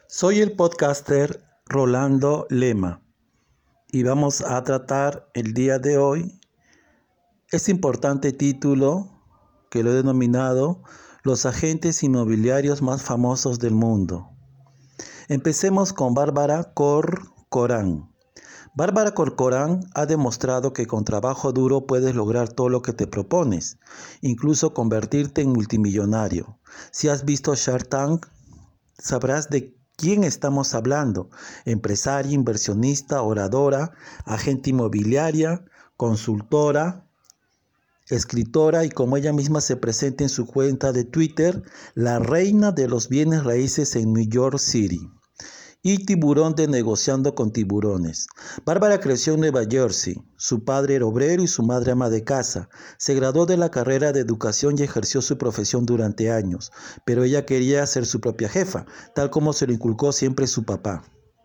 Soy el podcaster Rolando Lema y vamos a tratar el día de hoy este importante título que lo he denominado Los agentes inmobiliarios más famosos del mundo. Empecemos con Bárbara Corcoran. Bárbara Corcoran ha demostrado que con trabajo duro puedes lograr todo lo que te propones, incluso convertirte en multimillonario. Si has visto Shark Tank, sabrás de quién estamos hablando: empresaria, inversionista, oradora, agente inmobiliaria, consultora, escritora y, como ella misma se presenta en su cuenta de Twitter, la reina de los bienes raíces en New York City. Y tiburón de Negociando con Tiburones. Bárbara creció en Nueva Jersey. Su padre era obrero y su madre ama de casa. Se graduó de la carrera de educación y ejerció su profesión durante años, pero ella quería ser su propia jefa, tal como se lo inculcó siempre su papá.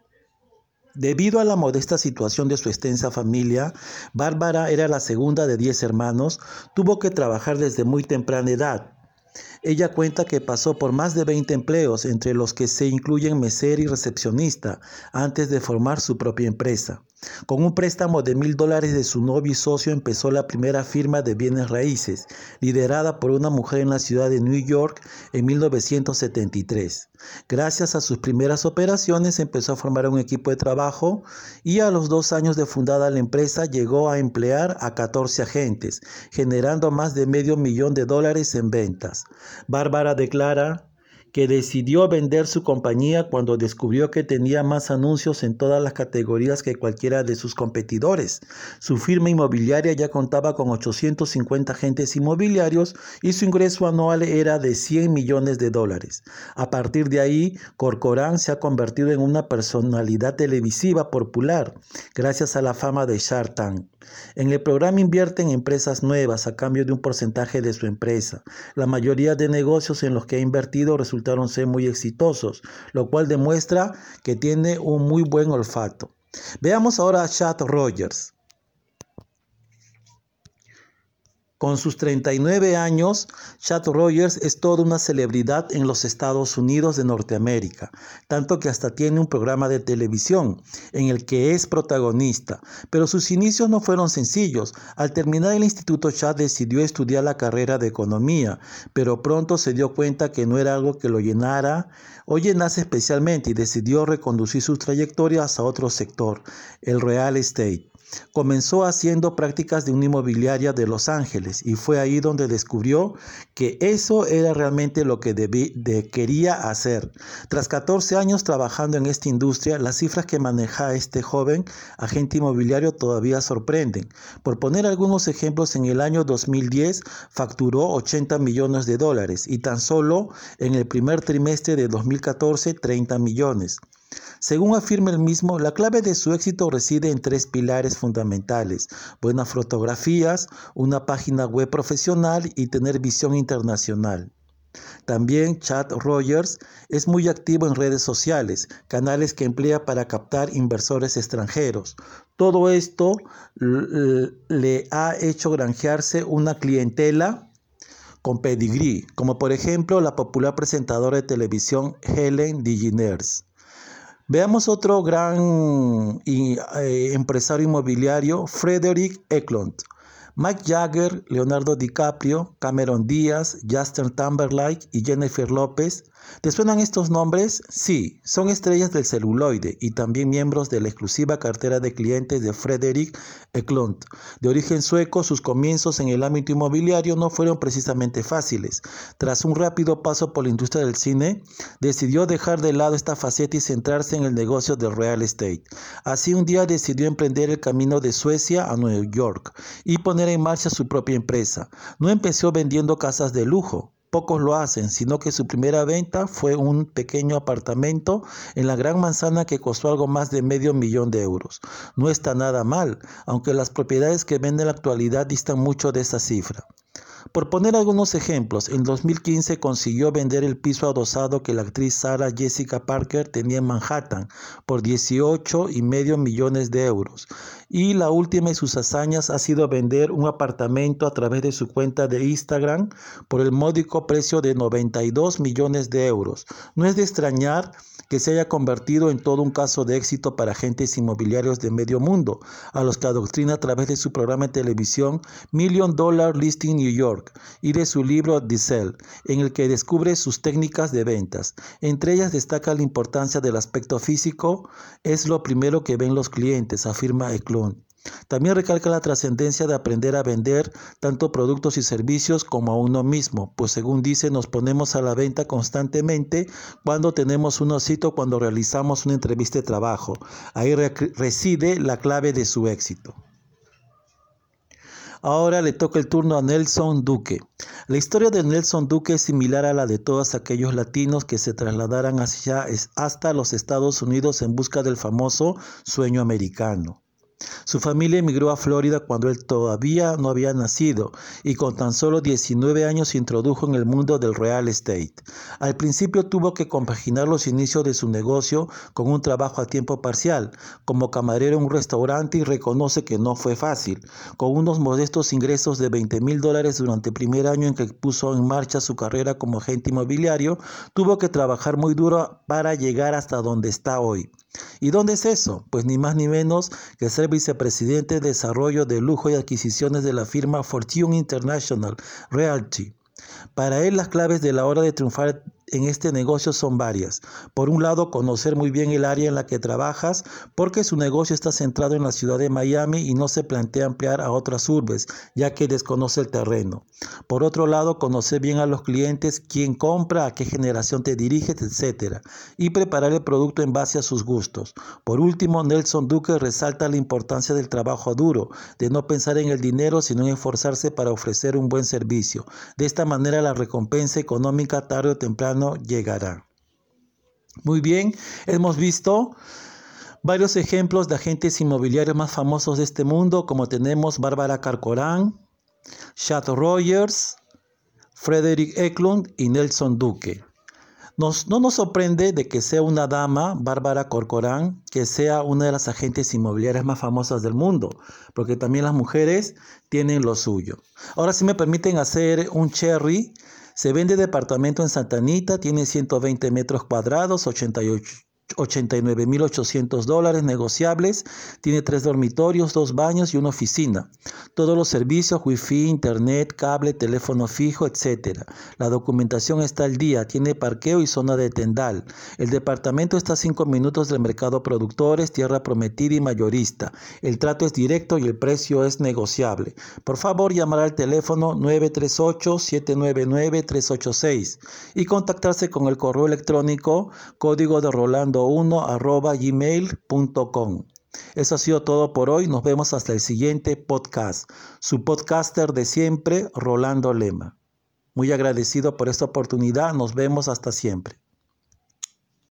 Debido a la modesta situación de su extensa familia, Bárbara era la segunda de 10 hermanos, tuvo que trabajar desde muy temprana edad. Ella cuenta que pasó por más de 20 empleos, entre los que se incluyen mesera y recepcionista, antes de formar su propia empresa. Con un préstamo de $1,000 de su novio y socio empezó la primera firma de bienes raíces, liderada por una mujer en la ciudad de New York en 1973. Gracias a sus primeras operaciones empezó a formar un equipo de trabajo y a los 2 años de fundada la empresa llegó a emplear a 14 agentes, generando más de $500,000 en ventas. Bárbara declara que decidió vender su compañía cuando descubrió que tenía más anuncios en todas las categorías que cualquiera de sus competidores. Su firma inmobiliaria ya contaba con 850 agentes inmobiliarios y su ingreso anual era de $100 millones. A partir de ahí, Corcoran se ha convertido en una personalidad televisiva popular, gracias a la fama de Shark Tank. En el programa invierte en empresas nuevas a cambio de un porcentaje de su empresa. La mayoría de negocios en los que ha invertido resultaron ser muy exitosos, lo cual demuestra que tiene un muy buen olfato. Veamos ahora a Chad Rogers. Con sus 39 años, Chad Rogers es toda una celebridad en los Estados Unidos de Norteamérica, tanto que hasta tiene un programa de televisión en el que es protagonista. Pero sus inicios no fueron sencillos. Al terminar el instituto, Chad decidió estudiar la carrera de economía, pero pronto se dio cuenta que no era algo que lo llenara o llenase especialmente y decidió reconducir sus trayectorias a otro sector, el real estate. Comenzó haciendo prácticas de una inmobiliaria de Los Ángeles y fue ahí donde descubrió que eso era realmente lo que quería hacer. Tras 14 años trabajando en esta industria, las cifras que maneja este joven agente inmobiliario todavía sorprenden. Por poner algunos ejemplos, en el año 2010 facturó $80 millones y tan solo en el primer trimestre de 2014 $30 millones. Según afirma él mismo, la clave de su éxito reside en 3 pilares fundamentales: buenas fotografías, una página web profesional y tener visión internacional. También Chad Rogers es muy activo en redes sociales, canales que emplea para captar inversores extranjeros. Todo esto le ha hecho granjearse una clientela con pedigrí, como por ejemplo la popular presentadora de televisión Ellen DeGeneres. Veamos otro gran empresario inmobiliario, Frederick Eklund. Mick Jagger, Leonardo DiCaprio, Cameron Díaz, Justin Timberlake y Jennifer López. ¿Te suenan estos nombres? Sí, son estrellas del celuloide y también miembros de la exclusiva cartera de clientes de Frederick Eklund. De origen sueco, sus comienzos en el ámbito inmobiliario no fueron precisamente fáciles. Tras un rápido paso por la industria del cine, decidió dejar de lado esta faceta y centrarse en el negocio del real estate. Así, un día decidió emprender el camino de Suecia a Nueva York y poner en marcha su propia empresa. No empezó vendiendo casas de lujo. Pocos lo hacen, sino que su primera venta fue un pequeño apartamento en la Gran Manzana que costó algo más de $500,000. No está nada mal, aunque las propiedades que vende en la actualidad distan mucho de esa cifra. Por poner algunos ejemplos, en 2015 consiguió vender el piso adosado que la actriz Sarah Jessica Parker tenía en Manhattan por 18,5 millones de euros. Y la última de sus hazañas ha sido vender un apartamento a través de su cuenta de Instagram por el módico precio de 92 millones de euros. No es de extrañar que se haya convertido en todo un caso de éxito para agentes inmobiliarios de medio mundo, a los que adoctrina a través de su programa de televisión $1 Million Listing New York y de su libro The Sell, en el que descubre sus técnicas de ventas. Entre ellas destaca la importancia del aspecto físico, es lo primero que ven los clientes, afirma Eklund. También recalca la trascendencia de aprender a vender tanto productos y servicios como a uno mismo, pues según dice nos ponemos a la venta constantemente cuando tenemos un cita, cuando realizamos una entrevista de trabajo. Ahí reside la clave de su éxito. Ahora le toca el turno a Nelson Duque. La historia de Nelson Duque es similar a la de todos aquellos latinos que se trasladaran hasta los Estados Unidos en busca del famoso sueño americano. Su familia emigró a Florida cuando él todavía no había nacido y con tan solo 19 años se introdujo en el mundo del real estate. Al principio tuvo que compaginar los inicios de su negocio con un trabajo a tiempo parcial, como camarero en un restaurante, y reconoce que no fue fácil. Con unos modestos ingresos de $20,000 durante el primer año en que puso en marcha su carrera como agente inmobiliario, tuvo que trabajar muy duro para llegar hasta donde está hoy. ¿Y dónde es eso? Pues ni más ni menos que ser vicepresidente de desarrollo de lujo y adquisiciones de la firma Fortune International Realty. Para él las claves de la hora de triunfar en este negocio son varias. Por un lado, conocer muy bien el área en la que trabajas, porque su negocio está centrado en la ciudad de Miami y no se plantea ampliar a otras urbes, ya que desconoce el terreno. Por otro lado, conocer bien a los clientes, quién compra, a qué generación te diriges, etc. Y preparar el producto en base a sus gustos. Por último, Nelson Duque resalta la importancia del trabajo duro, de no pensar en el dinero, sino en esforzarse para ofrecer un buen servicio. De esta manera, la recompensa económica tarde o temprano llegará. Muy bien, hemos visto varios ejemplos de agentes inmobiliarios más famosos de este mundo, como tenemos Bárbara Corcoran, Chad Rogers, Frederick Eklund y Nelson Duque. No nos sorprende de que sea una dama, Bárbara Corcoran, que sea una de las agentes inmobiliarias más famosas del mundo, porque también las mujeres tienen lo suyo. Ahora, si me permiten hacer un cherry, se vende departamento en Santa Anita, tiene 120 metros cuadrados, $89,800 negociables, tiene 3 dormitorios, 2 baños y una oficina. Todos los servicios, wifi, internet, cable, teléfono fijo, etc. La documentación está al día, tiene parqueo y zona de tendal. El departamento está a 5 minutos del mercado productores, tierra prometida y mayorista. El trato es directo y el precio es negociable. Por favor, llamar al teléfono 938-799-386 y contactarse con el correo electrónico código de rolando1@gmail.com. Eso ha sido todo por hoy. Nos vemos hasta el siguiente podcast. Su podcaster de siempre, Rolando Lema. Muy agradecido por esta oportunidad. Nos vemos hasta siempre.